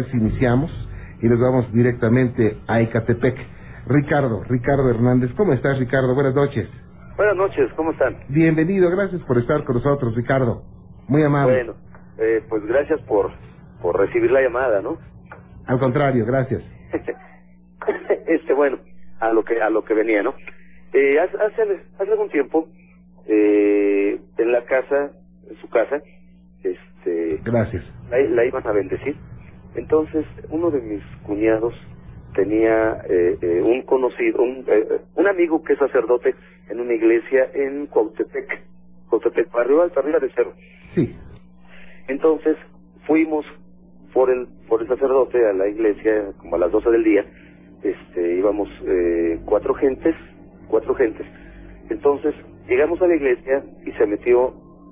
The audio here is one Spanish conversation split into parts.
vez iniciamos y nos vamos directamente a Ecatepec. Ricardo Hernández. ¿Cómo estás, Ricardo? Buenas noches. Buenas noches, ¿cómo están? Bienvenido, gracias por estar con nosotros, Ricardo. Muy amable. Bueno, pues gracias por recibir la llamada, ¿no? Al contrario, gracias. Bueno, a lo que venía, ¿no? Hace algún tiempo, en la casa, en su casa, Gracias. la iban a bendecir. Entonces, uno de mis cuñados tenía un conocido, un amigo que es sacerdote en una iglesia en Cuautepec, Barrio Alto, arriba del cerro. Sí. Entonces, fuimos por el sacerdote a la iglesia como a las 12 del día. Íbamos cuatro gentes. Entonces, llegamos a la iglesia y se metió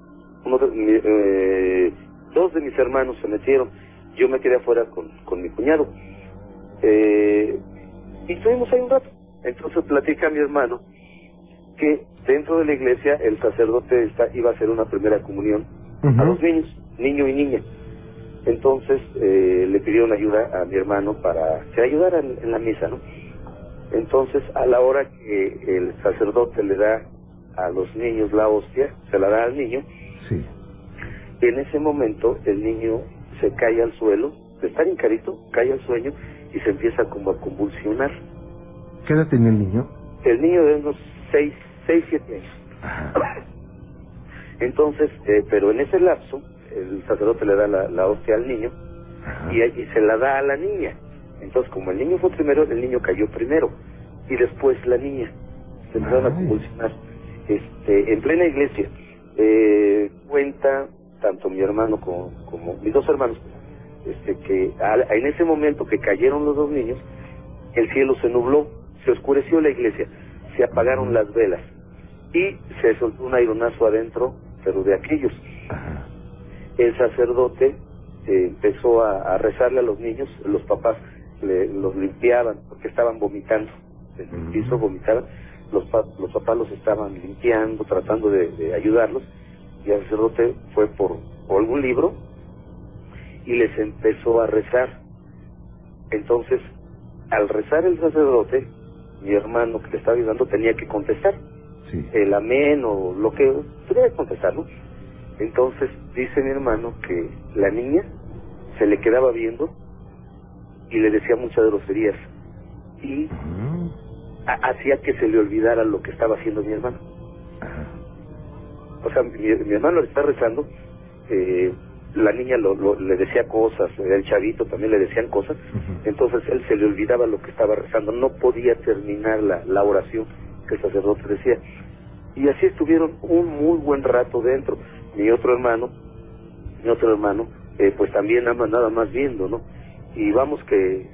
dos de mis hermanos se metieron. Yo me quedé afuera con mi cuñado. Y estuvimos ahí un rato. Entonces platica a mi hermano que dentro de la iglesia el sacerdote iba a hacer una primera comunión a los niños, niño y niña. Entonces le pidieron ayuda a mi hermano para que ayudara en la misa, ¿no? Entonces, a la hora que el sacerdote le da a los niños la hostia, se la da al niño. Sí. Y en ese momento el niño se cae al suelo, está hincadito, cae al suelo y se empieza como a convulsionar. ¿Qué edad tenía el niño? El niño de unos 6, 7 años. Ajá. Entonces, pero en ese lapso, el sacerdote le da la hostia al niño y se la da a la niña. Entonces, como el niño fue primero, el niño cayó primero y después la niña se empezaron a convulsionar. En plena iglesia, cuenta tanto mi hermano como mis dos hermanos, que en ese momento que cayeron los dos niños, el cielo se nubló, se oscureció la iglesia, se apagaron las velas y se soltó un aironazo adentro, pero de aquellos. El sacerdote empezó a rezarle a los niños, los papás los limpiaban porque estaban vomitando, en el piso vomitaban, los papás los estaban limpiando, tratando de ayudarlos, y el sacerdote fue por algún libro y les empezó a rezar. Entonces, al rezar el sacerdote, mi hermano que le estaba ayudando tenía que contestar, el amén o lo que tenía que contestar, ¿no? Entonces dice mi hermano que la niña se le quedaba viendo y le decía muchas groserías y hacía que se le olvidara lo que estaba haciendo mi hermano. O sea, mi hermano le está rezando, la niña le decía cosas, el chavito también le decían cosas, entonces él se le olvidaba lo que estaba rezando, no podía terminar la oración que el sacerdote decía. Y así estuvieron un muy buen rato dentro. Mi otro hermano, pues también nada más viendo, ¿no? Y vamos que,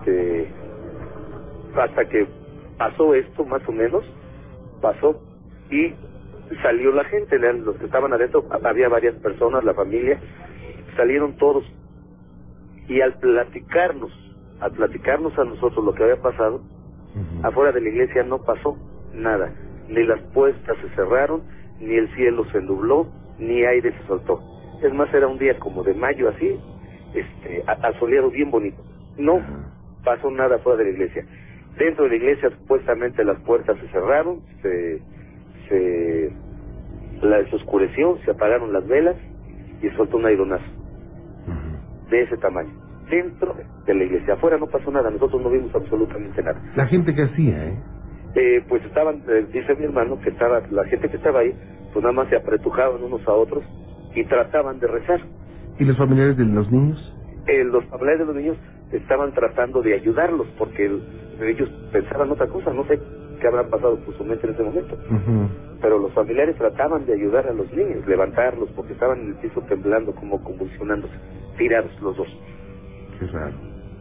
hasta que pasó esto, más o menos, pasó, y salió la gente, los que estaban adentro, había varias personas, la familia, salieron todos, y al platicarnos a nosotros lo que había pasado, afuera de la iglesia no pasó nada, ni las puertas se cerraron, ni el cielo se nubló, ni aire se soltó. Es más, era un día como de mayo así, asoleado bien bonito. No pasó nada fuera de la iglesia. Dentro de la iglesia supuestamente las puertas se cerraron, se oscureció, se apagaron las velas y soltó un aironazo de ese tamaño. Dentro de la iglesia, afuera no pasó nada, nosotros no vimos absolutamente nada. ¿La gente qué hacía, pues estaban, dice mi hermano, que la gente que estaba ahí, pues nada más se apretujaban unos a otros y trataban de rezar. ¿Y los familiares de los niños? Los familiares de los niños estaban tratando de ayudarlos porque ellos pensaban otra cosa, no sé qué habrá pasado por su mente en ese momento. Pero los familiares trataban de ayudar a los niños, levantarlos, porque estaban en el piso temblando, como convulsionándose, tirados los dos. Qué raro.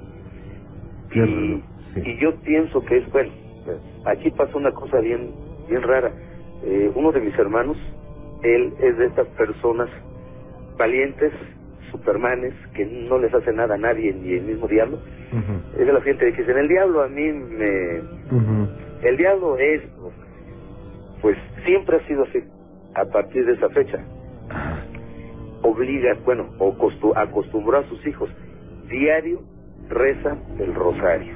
Y yo pienso que es, bueno, aquí pasó una cosa bien rara. Uno de mis hermanos, él es de estas personas valientes, supermanes, que no les hace nada a nadie, ni el mismo diablo. Es de la gente que dicen, el diablo a mí el diablo es, pues siempre ha sido así, a partir de esa fecha. Obliga, bueno, acostumbró a sus hijos diario reza el rosario.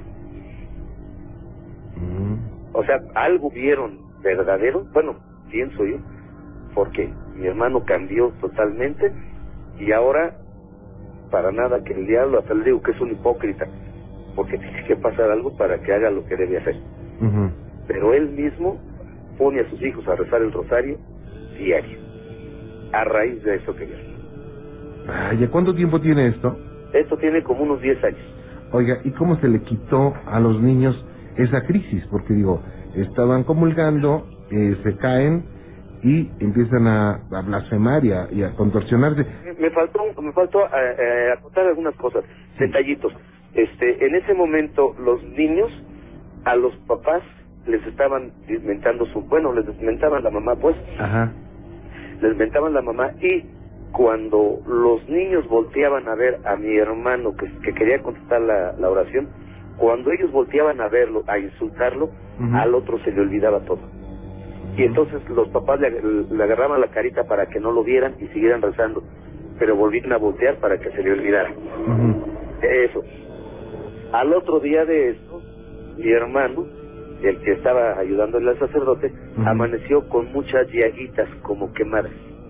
O sea, algo vieron verdadero, bueno, pienso yo, porque mi hermano cambió totalmente y ahora, para nada que el diablo, hasta le digo que es un hipócrita, porque tiene que pasar algo para que haga lo que debe hacer. Pero él mismo pone a sus hijos a rezar el rosario diario, a raíz de eso que vio. Vaya, ¿cuánto tiempo tiene esto? Esto tiene como unos 10 años. Oiga, ¿y cómo se le quitó a los niños esa crisis? Porque digo, estaban comulgando, se caen y empiezan a blasfemar y a contorsionarse. Me faltó acotar algunas cosas, detallitos. En ese momento los niños, a los papás les estaban desmentando les desmentaban la mamá, pues. Ajá. Les mentaban la mamá, y cuando los niños volteaban a ver a mi hermano que quería contestar la oración, cuando ellos volteaban a verlo, a insultarlo, al otro se le olvidaba todo. Y entonces los papás le agarraban la carita para que no lo vieran y siguieran rezando, pero volvían a voltear para que se le olvidara. Eso. Al otro día de esto, mi hermano, el que estaba ayudándole al sacerdote, amaneció con muchas llaguitas como quemadas.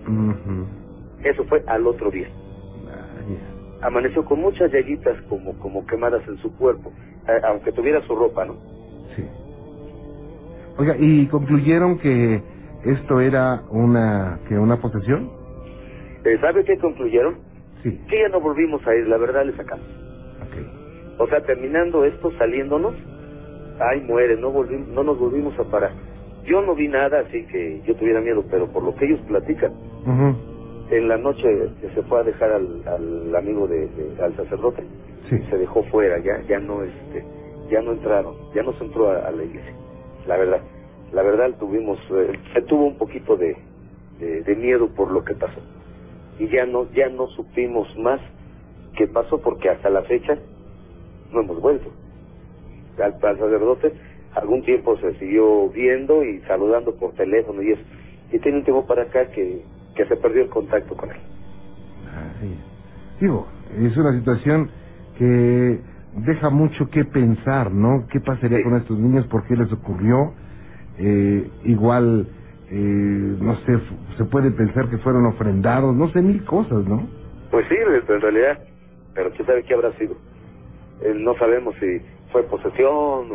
Eso fue al otro día. Amaneció con muchas llaguitas como quemadas en su cuerpo, aunque tuviera su ropa, ¿no? Sí. Oiga, ¿y concluyeron que esto era una posesión? ¿Sabe qué concluyeron? Sí. Que ya no volvimos a ir, la verdad le sacamos. O sea, terminando esto, saliéndonos, ay, muere, no nos volvimos a parar. Yo no vi nada así que yo tuviera miedo, pero por lo que ellos platican, en la noche que se fue a dejar al amigo al sacerdote, se dejó fuera, ya no entraron, ya no se entró a la iglesia. La verdad se tuvo un poquito de miedo por lo que pasó, y ya no supimos más qué pasó, porque hasta la fecha no hemos vuelto. Al sacerdote algún tiempo se siguió viendo y saludando por teléfono y eso, y tiene un tiempo para acá que se perdió el contacto con él. Digo, es una situación que deja mucho que pensar, ¿no? ¿Qué pasaría con estos niños? ¿Por qué les ocurrió? Igual, no sé, se puede pensar que fueron ofrendados, no sé, mil cosas, ¿no? Pues sí, en realidad, pero ¿quién sabe qué habrá sido? No sabemos si fue posesión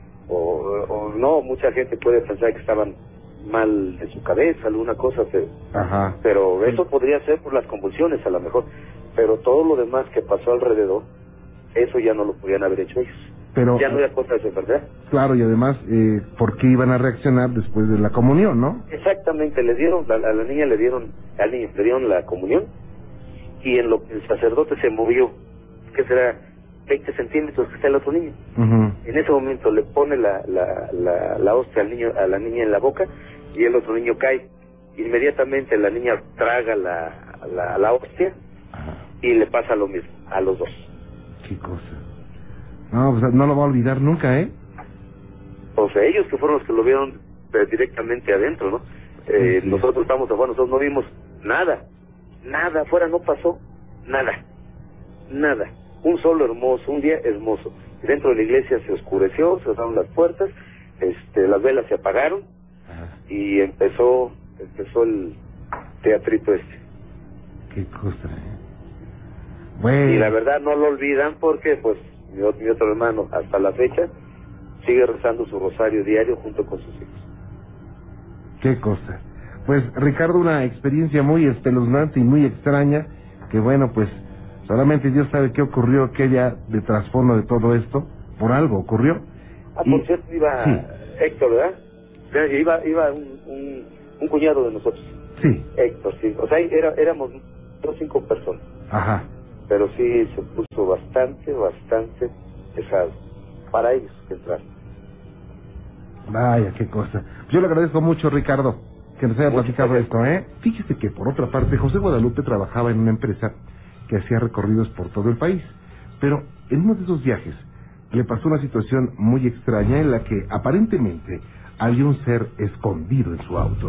o no. Mucha gente puede pensar que estaban mal de su cabeza, alguna cosa, pero eso podría ser por las convulsiones a lo mejor, pero todo lo demás que pasó alrededor, eso ya no lo podían haber hecho ellos. Pero ya no había cosa de su enfermedad. Claro, y además, ¿por qué iban a reaccionar después de la comunión, no? Exactamente, a la niña le dieron la comunión, y en lo que el sacerdote se movió, que será 20 centímetros que está el otro niño. En ese momento le pone la hostia a la niña en la boca, y el otro niño cae. Inmediatamente la niña traga la hostia, y le pasa lo mismo a los dos. Qué cosa. No, pues no lo va a olvidar nunca, ¿eh? O sea, ellos que fueron los que lo vieron directamente adentro, ¿no? Nosotros estamos afuera, nosotros no vimos nada, afuera no pasó nada. Un sol hermoso, un día hermoso. Dentro de la iglesia se oscureció, se cerraron las puertas, las velas se apagaron, y empezó el teatrito Qué cosa, Bueno. Y la verdad no lo olvidan, porque pues mi otro hermano hasta la fecha sigue rezando su rosario diario junto con sus hijos. Qué cosa. Pues Ricardo, una experiencia muy espeluznante y muy extraña, que bueno, pues solamente Dios sabe qué ocurrió, qué haya de trasfondo de todo esto. Por algo ocurrió. Por cierto, iba Héctor, ¿verdad? Iba un cuñado de nosotros. Sí. Héctor, sí. O sea, éramos 5 personas. Ajá. Pero sí se puso bastante pesado para ellos que entraron. Vaya, qué cosa. Yo le agradezco mucho, Ricardo, que nos haya platicado esto, Fíjese que, por otra parte, José Guadalupe trabajaba en una empresa que hacía recorridos por todo el país, pero en uno de esos viajes le pasó una situación muy extraña en la que aparentemente había un ser escondido en su auto.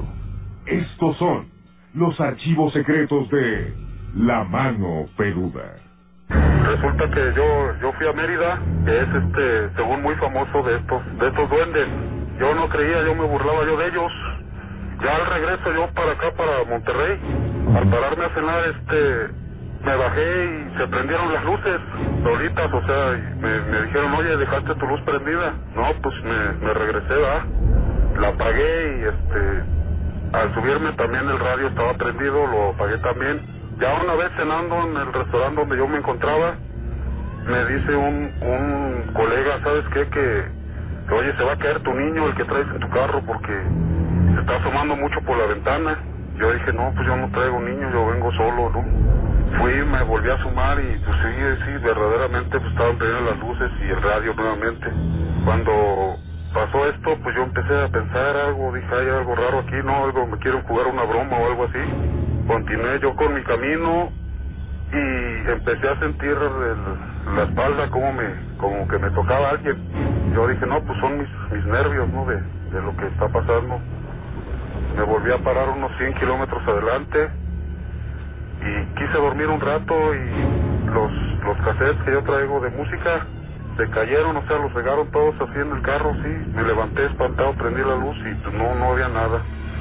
Estos son los archivos secretos de La Mano Peluda. Resulta que yo fui a Mérida, que es según muy famoso de estos duendes. Yo no creía, yo me burlaba yo de ellos. Ya al regreso yo para acá, para Monterrey, al pararme a cenar, me bajé y se prendieron las luces solitas, o sea, y me dijeron, oye, dejaste tu luz prendida. No, pues me regresé, ¿verdad? La apagué y al subirme también el radio estaba prendido, lo apagué también. Ya una vez cenando en el restaurante donde yo me encontraba, me dice un colega, ¿sabes qué? Que oye, se va a caer tu niño, el que traes en tu carro, porque se está asomando mucho por la ventana. Yo dije, no, pues yo no traigo niño, yo vengo solo, ¿no? Fui, me volví a sumar y pues sí, verdaderamente pues estaban prendiendo las luces y el radio nuevamente. Cuando pasó esto, pues yo empecé a pensar algo, dije, hay algo raro aquí, ¿no? Algo, me quieren jugar una broma o algo así. Continué yo con mi camino y empecé a sentir la espalda como que me tocaba alguien. Yo dije, no, pues son mis nervios, ¿no? De lo que está pasando. Me volví a parar unos 100 kilómetros adelante y quise dormir un rato y los cassettes que yo traigo de música se cayeron, o sea, los regaron todos así en el carro, sí. Me levanté espantado, prendí la luz y pues no había nada.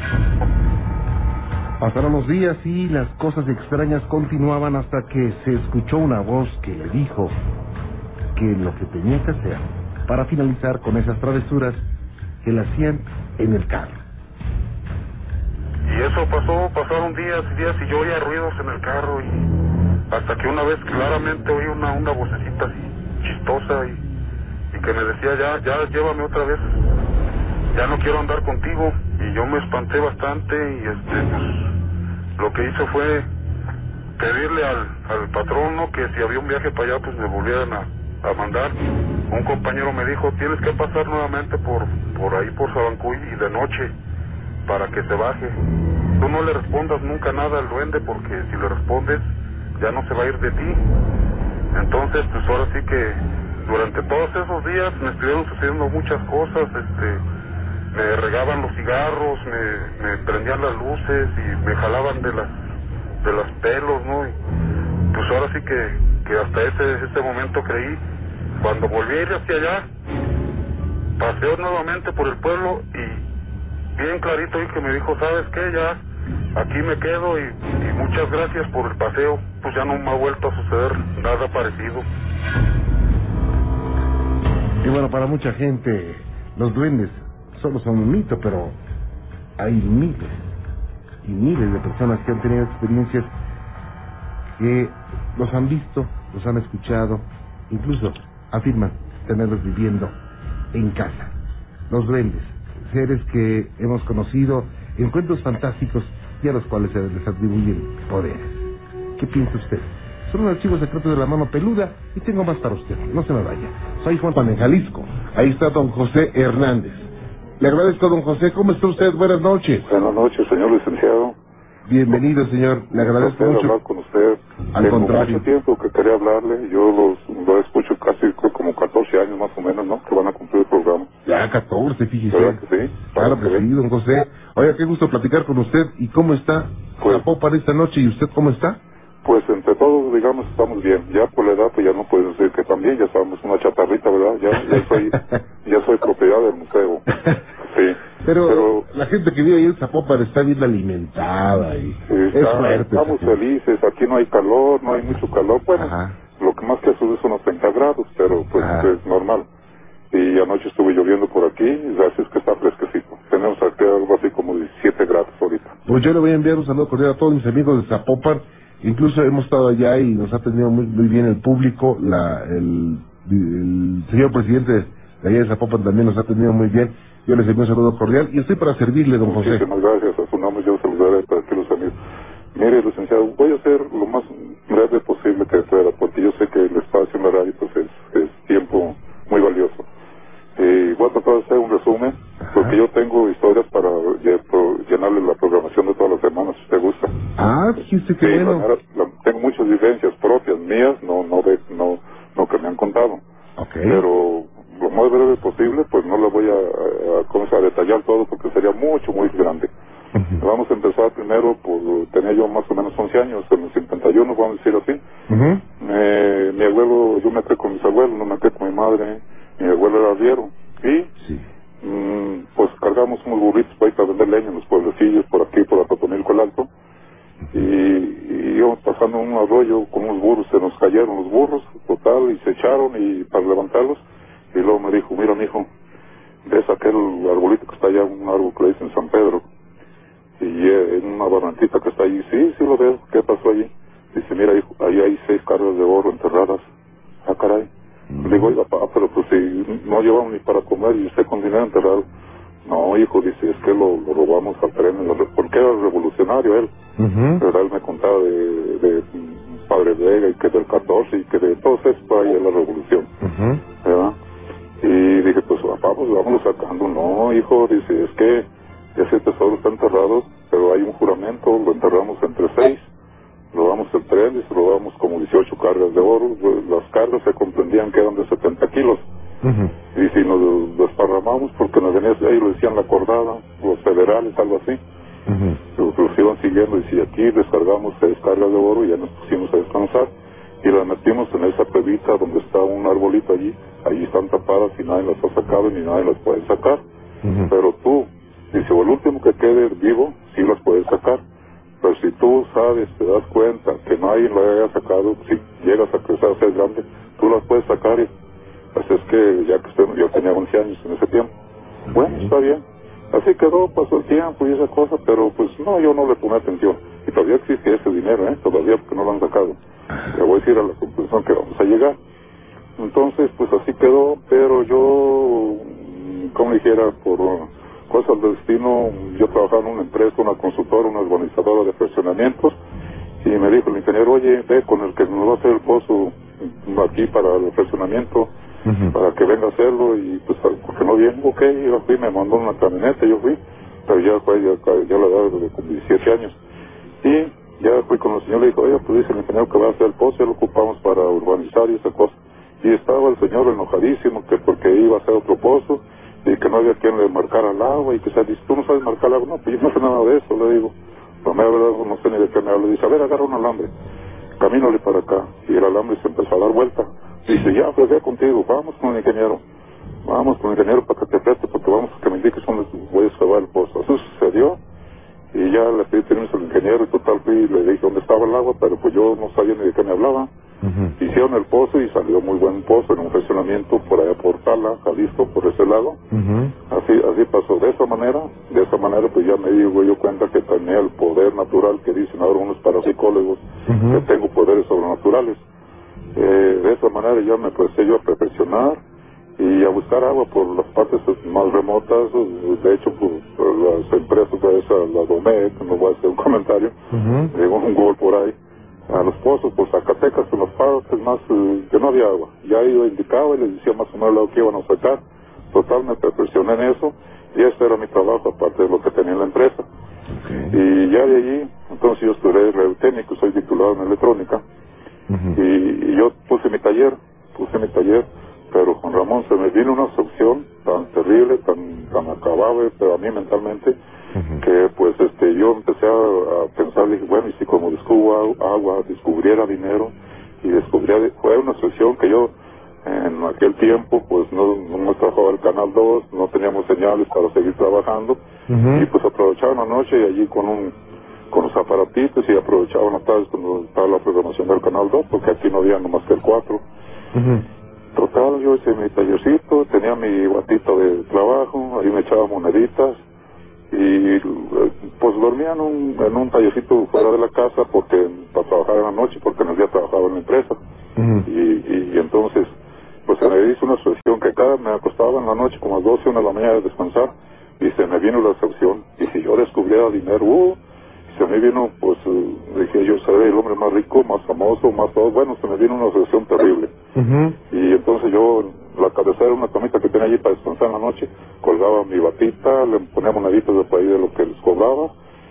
Pasaron los días y las cosas extrañas continuaban hasta que se escuchó una voz que le dijo que lo que tenía que hacer para finalizar con esas travesuras que le hacían en el carro. Y eso pasaron días y días y yo oía ruidos en el carro y hasta que una vez claramente oí una vocecita así chistosa y que me decía, ya llévame otra vez, ya no quiero andar contigo. Y yo me espanté bastante y pues lo que hice fue pedirle al patrón, ¿no? Que si había un viaje para allá pues me volvieran a mandar. Un compañero me dijo, tienes que pasar nuevamente por ahí por Sabancuy y de noche para que se baje. Tú no le respondas nunca nada al duende porque si le respondes ya no se va a ir de ti. Entonces pues ahora sí que durante todos esos días me estuvieron sucediendo muchas cosas, me regaban los cigarros, me prendían las luces y me jalaban de las pelos, ¿no? Y pues ahora sí que hasta ese momento creí. Cuando volví a ir hacia allá, paseo nuevamente por el pueblo y bien clarito y que me dijo, ¿sabes qué? Ya aquí me quedo y muchas gracias por el paseo. Pues ya no me ha vuelto a suceder nada parecido. Y bueno, para mucha gente los duendes solo son un mito, pero hay miles y miles de personas que han tenido experiencias que los han visto, los han escuchado, incluso afirman tenerlos viviendo en casa. Los duendes, seres que hemos conocido en cuentos fantásticos y a los cuales se les atribuyen poderes. ¿Qué piensa usted? Son los archivos secretos de la mano peluda y tengo más para usted. No se me vaya. Soy Juan en Jalisco. Ahí está don José Hernández. Le agradezco, don José. ¿Cómo está usted? Buenas noches. Buenas noches, señor licenciado. Bienvenido, señor. Le agradezco mucho. hablar con usted. Al contrario. Mucho tiempo que quería hablarle. Yo lo escucho casi como 14 años más o menos, ¿no? Que van a cumplir el programa. Ya 14, fíjese. ¿Verdad que sí? Claro que sí, don José. Oiga, qué gusto platicar con usted. ¿Y cómo está? Pues, Zapopan esta noche. ¿Y usted cómo está? Pues entre todos, digamos, estamos bien. Ya por la edad, pues ya no puedo decir que también, ya sabemos una chatarrita, ¿verdad? Ya soy propiedad del museo. Sí. Pero la gente que vive ahí en Zapopan está bien alimentada y es fuerte. Estamos felices, aquí no hay calor, no hay mucho calor. Bueno, ajá, lo que más que sube son los 30 grados, pero pues es normal. Y anoche estuve lloviendo por aquí, así es que está fresquecito. Tenemos aquí algo así como 17 grados ahorita. Pues yo le voy a enviar un saludo cordial a todos mis amigos de Zapopan. Incluso hemos estado allá y nos ha atendido muy bien el público. El señor presidente de allá de Zapopan también nos ha atendido muy bien. Yo les envío un saludo cordial y estoy para servirle, don José. Muchísimas gracias, a su nombre yo saludaré para que los amigos. Mire, licenciado, voy a hacer lo más breve posible que pueda, porque yo sé que el espacio en la radio pues es tiempo muy valioso. Voy a tratar de hacer un resumen, porque yo tengo historias para llenarle la programación de todas las semanas, si usted gusta. Ah, dijiste que bueno. Tengo muchas vivencias propias mías, no que me han contado. Okay. Pero lo más breve posible, pues no le voy a detallar todo porque sería muy grande. Uh-huh. Vamos a empezar primero por, tenía yo más o menos 11 años, en el 51, vamos a decir así. Uh-huh. madre, mi abuelo era arriero, y Sí. pues cargamos unos burritos para ir a vender leña en los pueblecillos, por aquí, por Atotonilco el Alto, y íbamos pasando un arroyo con unos burros, se nos cayeron los burros, total, y se echaron y para levantarlos, y luego me dijo, mira mijo, ves aquel arbolito que está allá, un árbol que le dicen San Pedro, y en una barrancita que está allí, sí lo veo, ¿qué pasó allí? Dice, mira hijo, ahí hay 6 cargas de oro enterradas. Ah, caray. Le digo, oiga, papá, pero pues si no llevamos ni para comer y usted con dinero enterrado. No, hijo, dice, es que lo robamos al tren, porque era revolucionario él. Pero él me contaba de Padre Vega y que del 14 y que de todo esto ahí en la revolución. ¿Verdad? Y dije, pues papá, pues vámonos sacando. No, hijo, dice, es que ese tesoro está enterrado, pero hay un juramento, lo enterramos entre 6. Robamos el tren y se robamos como 18 cargas de oro. Las cargas se comprendían que eran de 70 kilos. Y si nos desparramamos, porque nos venían ahí, lo decían la cordada, los federales, algo así. Los iban siguiendo y si aquí descargamos 6 cargas de oro, ya nos pusimos a descansar y las metimos en esa cuevita donde está un arbolito allí. Allí están tapadas y nadie las ha sacado ni nadie las puede sacar. Pero tú, dice, o el último que quede vivo, sí las puedes sacar. Pero si tú sabes, te das cuenta que nadie lo haya sacado, si llegas a crecer, a ser grande, tú las puedes sacar. Y pues es que ya que yo tenía 11 años en ese tiempo. Bueno, está bien. Así quedó, pasó el tiempo y esa cosa, pero pues no, yo no le ponía atención. Y todavía existe ese dinero, todavía, porque no lo han sacado. Le voy a decir a la conclusión que vamos a llegar. Entonces, pues así quedó, pero yo, como dijera, por cosas del destino, yo trabajaba en una empresa, una consultora, una urbanizadora de fraccionamientos, y me dijo el ingeniero, oye, ve con el que nos va a hacer el pozo aquí para el fraccionamiento, para que venga a hacerlo, y pues, porque no viene, ok, yo fui, me mandó una camioneta, yo fui, pero ya la edad de como 17 años, y ya fui con el señor, le dijo, oye, pues dice el ingeniero que va a hacer el pozo, ya lo ocupamos para urbanizar y esa cosa, y estaba el señor enojadísimo, que porque iba a hacer otro pozo, y que no había quien le marcara el agua, y que se dice, ¿tú no sabes marcar el agua? No, pues yo no sé nada de eso, le digo. La mera verdad, no sé ni de qué me habla. Dice, a ver, agarra un alambre, camínale para acá. Y el alambre se empezó a dar vuelta. Dice, ya, pues ve contigo, vamos con el ingeniero para que te preste, porque vamos a que me indiques dónde voy a excavar el pozo. Eso sucedió, y ya le pedí permiso al ingeniero, y total fui y le dije dónde estaba el agua, pero pues yo no sabía ni de qué me hablaba. Hicieron el pozo y salió muy buen pozo en un fraccionamiento por allá por Tala, Jalisco, por ese lado. Así pasó. De esa manera pues ya me digo yo cuenta que tenía el poder natural que dicen ahora unos parapsicólogos, que tengo poderes sobrenaturales. De esa manera ya me empecé yo a perfeccionar y a buscar agua por las partes más remotas. De hecho, pues las empresas de esa, la Domec, no voy a hacer un comentario, llegó un Google por ahí, a los pozos, pues Zacatecas, en las partes más que no había agua. Ya yo indicaba y les decía más o menos lo que iban a sacar. Total, me perfeccioné en eso y este era mi trabajo, aparte de lo que tenía en la empresa. Y ya de allí, entonces yo estudié radiotécnico, soy titulado en electrónica. Y yo puse mi taller, pero con Ramón se me vino una obsesión tan terrible, tan acabable, pero a mí mentalmente, que pues yo empecé a pensar, dije, bueno, y si como descubro agua, descubriera dinero, y fue una obsesión que yo, en aquel tiempo, pues no trabajaba el Canal 2, no teníamos señales para seguir trabajando, y pues aprovechaba la noche y allí con los aparatitos, y aprovechaba las tardes cuando estaba la programación del Canal 2, porque aquí no había nomás que el 4. Total, yo hice mi tallercito, tenía mi batito de trabajo, ahí me echaba moneditas, y pues dormía en un tallercito fuera de la casa para trabajar en la noche, porque en el día trabajaba en la empresa. Y entonces pues se me hizo una sucesión que me acostaba en la noche como a las 12, 1 de la mañana a descansar, y se me vino la sucesión, y si yo descubriera dinero, se me vino, pues dije yo, seré el hombre más rico, más famoso, más todo. Bueno, se me vino una sucesión terrible. Y entonces yo, la cabecera, una camita que tenía allí para descansar en la noche, colgaba mi batita, le ponía moneditas de por ahí de lo que les cobraba,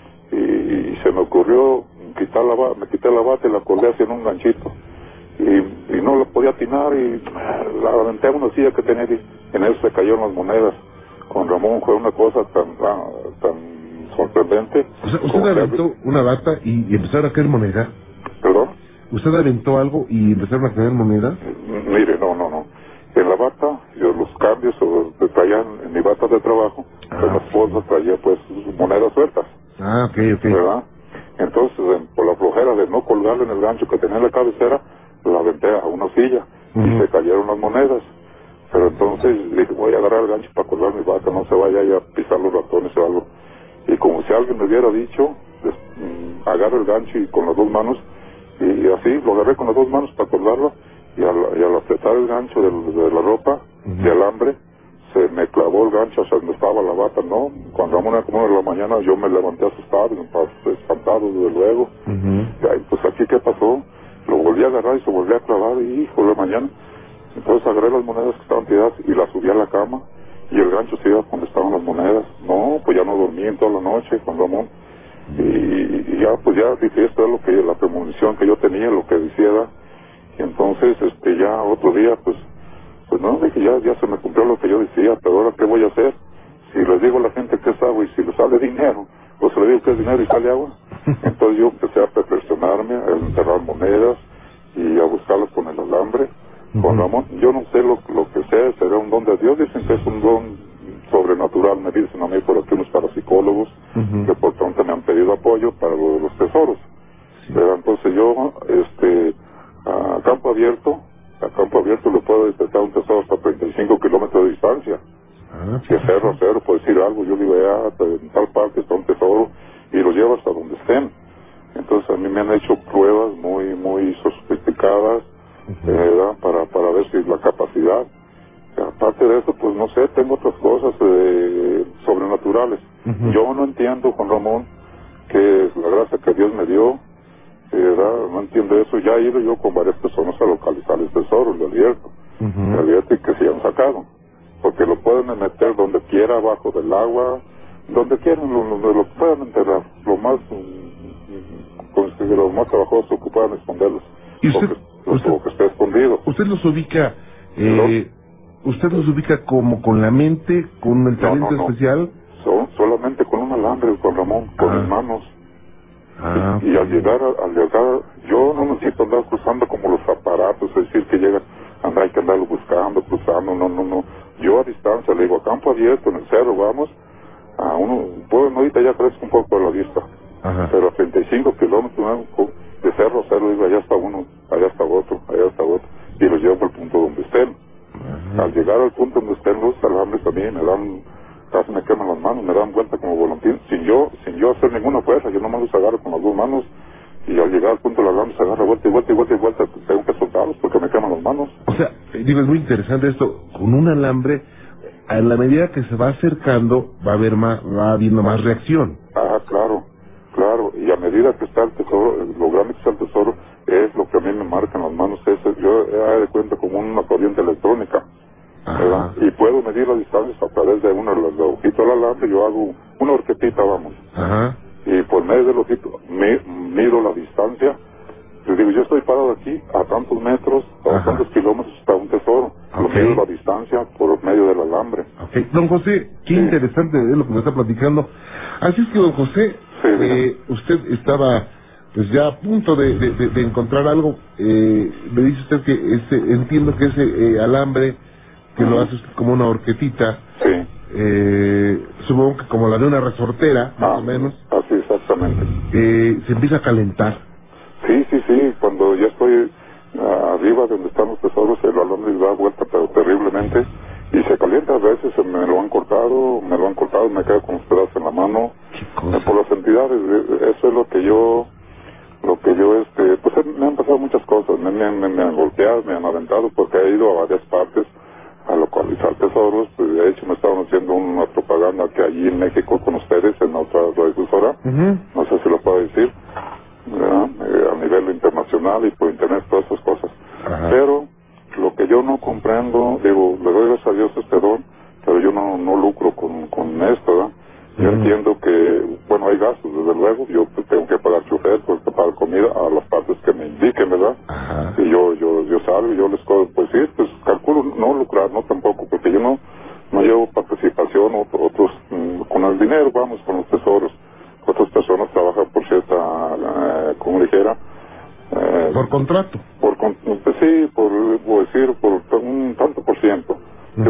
y se me ocurrió me quité la bata y la colgué así en un ganchito, y no la podía atinar, y la aventé a una silla que tenía, y en eso se cayeron las monedas. Con Ramón fue una cosa tan sorprendente. O sea, usted aventó una bata y empezaron a caer monedas. ¿Perdón? ¿Usted aventó algo y empezaron a caer monedas? Mire, no. En la bata, yo los cambios o traían en mi bata de trabajo, en las bolsas traía pues monedas sueltas. Ah, ok. ¿Verdad? Entonces, por la flojera de no colgarle en el gancho que tenía en la cabecera, la aventé a una silla y se cayeron las monedas. Pero entonces dije, voy a agarrar el gancho para colgar mi bata, no se vaya a pisar los ratones o algo. Y como si alguien me hubiera dicho, agarro el gancho y con las dos manos, y así lo agarré con las dos manos para colgarlo, y al apretar el gancho de la ropa, de alambre, se me clavó el gancho hacia donde estaba la bata, ¿no? Cuando era como de la mañana yo me levanté asustado, espantado desde luego. Y ahí, pues aquí, ¿qué pasó? Lo volví a agarrar y se volvió a clavar, y hijo de la mañana. Entonces agarré las monedas que estaban tiradas y las subí a la cama, y el gancho se iba donde estaban las monedas. No, pues ya no dormí en toda la noche, Juan Ramón. Y ya, pues ya dije, esto es lo que, la premonición que yo tenía, lo que decía. Y entonces, ya otro día, pues no, dije, ya se me cumplió lo que yo decía, pero ahora, ¿qué voy a hacer? Si les digo a la gente que es agua y si les sale dinero, pues les digo que es dinero y sale agua. Entonces yo empecé a perfeccionarme, a enterrar monedas y a buscarlas con el alambre. Juan Ramón, yo no sé lo que sea, será un don de Dios, dicen que es un don sobrenatural, me dicen a mí por aquí unos parapsicólogos, que por pronto me han pedido apoyo para lo de los tesoros. Pero entonces yo, a campo abierto le puedo detectar un tesoro hasta 35 kilómetros de distancia. Que cerro a cerro, por decir algo, yo digo, en tal parte está un tesoro, y lo llevo hasta donde estén. Entonces a mí me han hecho pruebas muy sofisticadas, para ver si la capacidad. Aparte de eso, pues no sé, tengo otras cosas sobrenaturales. Yo no entiendo, Juan Ramón, que la gracia que Dios me dio, no entiendo eso. Ya he ido yo con varias personas a localizar el tesoro, el abierto, y que se han sacado, porque lo pueden meter donde quiera, abajo del agua, donde quieran, lo puedan enterrar, lo más trabajoso que puedan esconderlos. ¿Y lo que esté escondido. ¿Usted los ubica, como con la mente, con el talento especial? Solamente con un alambre, Juan Ramón, con mis manos. Y al llegar, yo no necesito andar cruzando como los aparatos, es decir, que llegan, hay que andarlo buscando, cruzando, no. Yo a distancia, le digo, a campo abierto, en el cerro, vamos, bueno, ahorita ya crezco un poco la vista, pero a 35 kilómetros, de cerro a cerro, digo, allá está uno, allá está otro, y los llevo al punto donde estén. Al llegar al punto donde estén los alambres a mí casi me queman las manos, me dan vuelta como volantín, sin yo hacer ninguna fuerza, yo nomás los agarro con las dos manos, y al llegar al punto del alambre se agarra vuelta y vuelta, tengo que soltarlos porque me queman las manos. O sea, es muy interesante esto, con un alambre, a la medida que se va acercando, va habiendo más reacción. Claro, y a medida que está el tesoro, lo grande que está el tesoro, es lo que a mí me marca en las manos, yo he de cuenta como una corriente electrónica. Y puedo medir las distancias a través de los ojitos del alambre, yo hago una horquetita, vamos. Y por medio del ojito mido la distancia. Les digo, yo estoy parado aquí a tantos metros, a tantos kilómetros está un tesoro. Lo mido la distancia por medio del alambre. Don José, qué interesante es lo que me está platicando. Así es que, don José, usted estaba pues ya a punto de encontrar algo. Me dice usted que entiendo que ese alambre que lo hace como una horquetita, supongo que como la de una resortera, más o menos. Así, exactamente. Se empieza a calentar. Sí, cuando ya estoy arriba donde están los tesoros, el alambre da vuelta pero terriblemente, y se calienta. A veces me lo han cortado, me quedo con los pedazos en la mano. Por las entidades, eso es lo que yo pues me han pasado muchas cosas, me han golpeado, me han aventado, porque he ido a varias partes a localizar tesoros. Pues de hecho me estaban haciendo una propaganda que allí en México con ustedes en otra radiodifusora, no sé si lo puedo decir, a nivel internacional y por internet, todas esas cosas. Pero lo que yo no comprendo, digo, le doy gracias a Dios este don, pero yo no lucro con esto, ¿verdad? Yo entiendo que, bueno, hay gastos, desde luego, yo tengo que pagar chofer, tengo que pagar comida a las partes que me indiquen, ¿verdad? Y yo salgo y yo les cobro, pues sí, pues calculo no lucrar, no tampoco, porque yo no llevo participación, otros con el dinero, vamos, con los tesoros. Otras personas trabajan por cierta, como dijera, por contrato. Sí, por un tanto por ciento.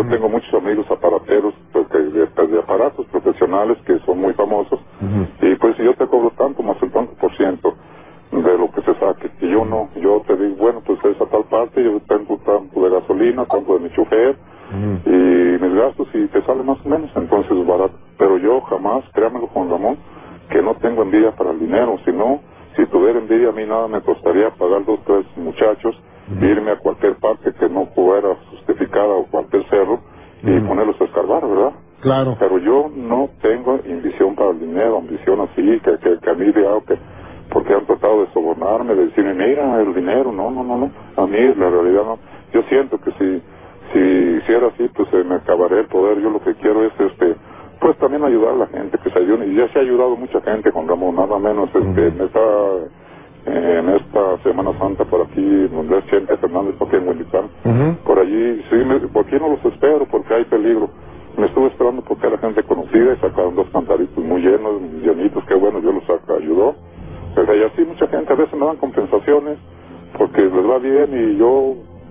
tengo muchos amigos aparateros, pues, de aparatos profesionales que son muy famosos, y pues si yo te cobro tanto más el tanto por ciento de lo que se saque, y yo no, yo te digo, bueno, pues es a tal parte, yo tengo tanto de gasolina, tanto de mi chofer, y mis gastos, y te sale más o menos, entonces es barato. Pero yo jamás, créamelo, Juan Ramón, que no tengo envidia para el dinero, sino, si tuviera envidia, a mí nada me costaría pagar 2 o 3 muchachos, irme a cualquier parte que no fuera justificada o cualquier cerro, y ponerlos a escarbar, ¿verdad? Claro. Pero yo no tengo ambición para el dinero, ambición así, que a mí porque han tratado de sobornarme, de decirme, mira, el dinero, no, a mí la realidad no. Yo siento que si hiciera así, pues me acabaré el poder. Yo lo que quiero es, pues también ayudar a la gente, que se ayude, y ya se ha ayudado mucha gente, Juan Ramón, nada menos, en esta Semana Santa por aquí, donde es Chente Fernández, aquí en Huentitán, por allí, sí, por aquí no los espero, porque hay peligro. Me estuve esperando porque era gente conocida y sacaron 2 cantaritos muy llenitos, que bueno, yo los ayudó. Pero y así mucha gente, a veces me dan compensaciones, porque les va bien, y yo,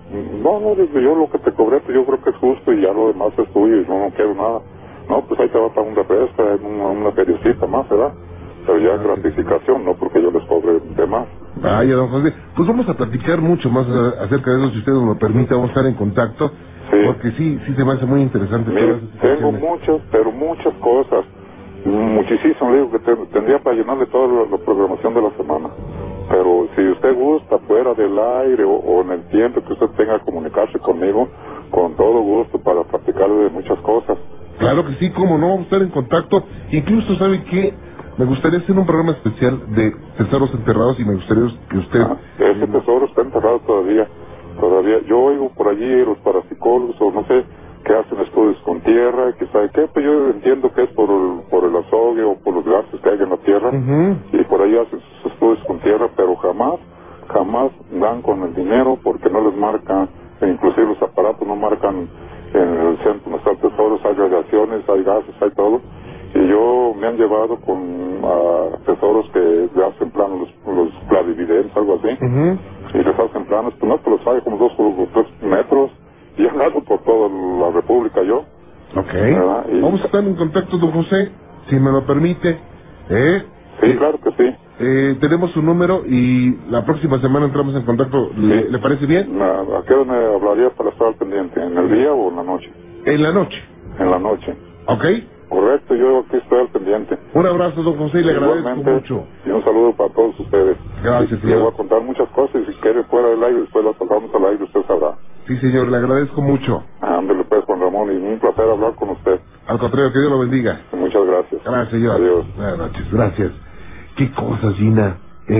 yo lo que te cobré, pues yo creo que es justo, y ya lo demás es tuyo, y no quiero nada. No, pues ahí te va para un refresco, una feriecita más, ¿verdad? Pero ya gratificación, no porque yo les cobre de más. Vaya, don José, pues vamos a platicar mucho más acerca de eso, si usted nos lo permite, vamos a estar en contacto, porque sí se me hace muy interesante. Mire, tengo muchas cosas, muchísimo, le digo que tendría para llenarle toda la programación de la semana, pero si usted gusta, fuera del aire o en el tiempo que usted tenga que comunicarse conmigo, con todo gusto para platicarle de muchas cosas. Claro que sí, cómo no, vamos a estar en contacto, incluso, ¿sabe qué? Me gustaría hacer un programa especial de tesoros enterrados, y me gustaría que usted... Ese tesoro está enterrado todavía. Yo oigo por allí los parapsicólogos, o no sé, que hacen estudios con tierra, que sabe qué, pues yo entiendo que es por el azogue o por los gases que hay en la tierra, y por ahí hacen sus estudios con tierra, pero jamás dan con el dinero, porque no les marca, inclusive los aparatos no marcan en el centro donde están tesoros, hay radiaciones, hay gases, hay todo. Y yo me han llevado con tesoros que le hacen planos, los clarividentes, algo así, y les hacen planos, pues no, pues los hay como 2 o 3 metros, y han dado por toda la República yo. Ok. Vamos a estar en contacto, don José, si me lo permite. Sí, claro que sí. Tenemos su número, y la próxima semana entramos en contacto. ¿Le parece bien? ¿A qué hora me hablaría para estar al pendiente? ¿En el día o en la noche? En la noche. En la noche. Ok. Correcto, yo aquí estoy al pendiente. Un abrazo, don José, y le agradezco mucho. Y un saludo para todos ustedes. Gracias, señor. Le voy a contar muchas cosas, y si quiere fuera del aire, después las saltamos al aire, usted sabrá. Sí, señor, le agradezco mucho. Ándale pues, Juan Ramón, y un placer hablar con usted. Al contrario, que Dios lo bendiga. Muchas gracias. Gracias, señor. Adiós. Buenas noches, gracias. Qué cosas, Gina,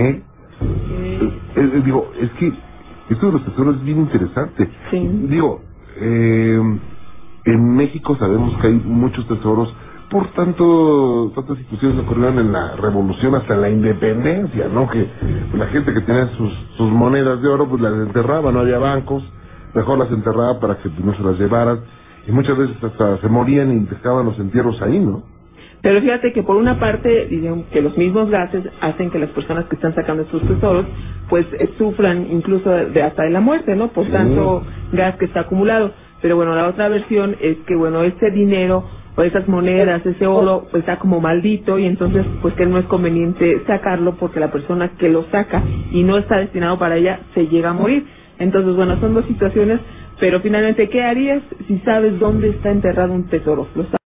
digo, es que esto de los tesoros es bien interesante. Sí. Digo, en México sabemos que hay muchos tesoros, por tantas situaciones que ocurrieron en la revolución hasta en la independencia, ¿no? Que la gente que tenía sus monedas de oro, pues las enterraba, no había bancos, mejor las enterraba para que no se las llevaran, y muchas veces hasta se morían y dejaban los entierros ahí, ¿no? Pero fíjate que por una parte, digamos que los mismos gases hacen que las personas que están sacando estos tesoros, pues sufran incluso hasta de la muerte, ¿no? Por tanto gas que está acumulado. Pero bueno, la otra versión es que, bueno, ese dinero o esas monedas, ese oro, pues está como maldito, y entonces pues que no es conveniente sacarlo, porque la persona que lo saca y no está destinado para ella se llega a morir. Entonces, bueno, son 2 situaciones, pero finalmente, ¿qué harías si sabes dónde está enterrado un tesoro?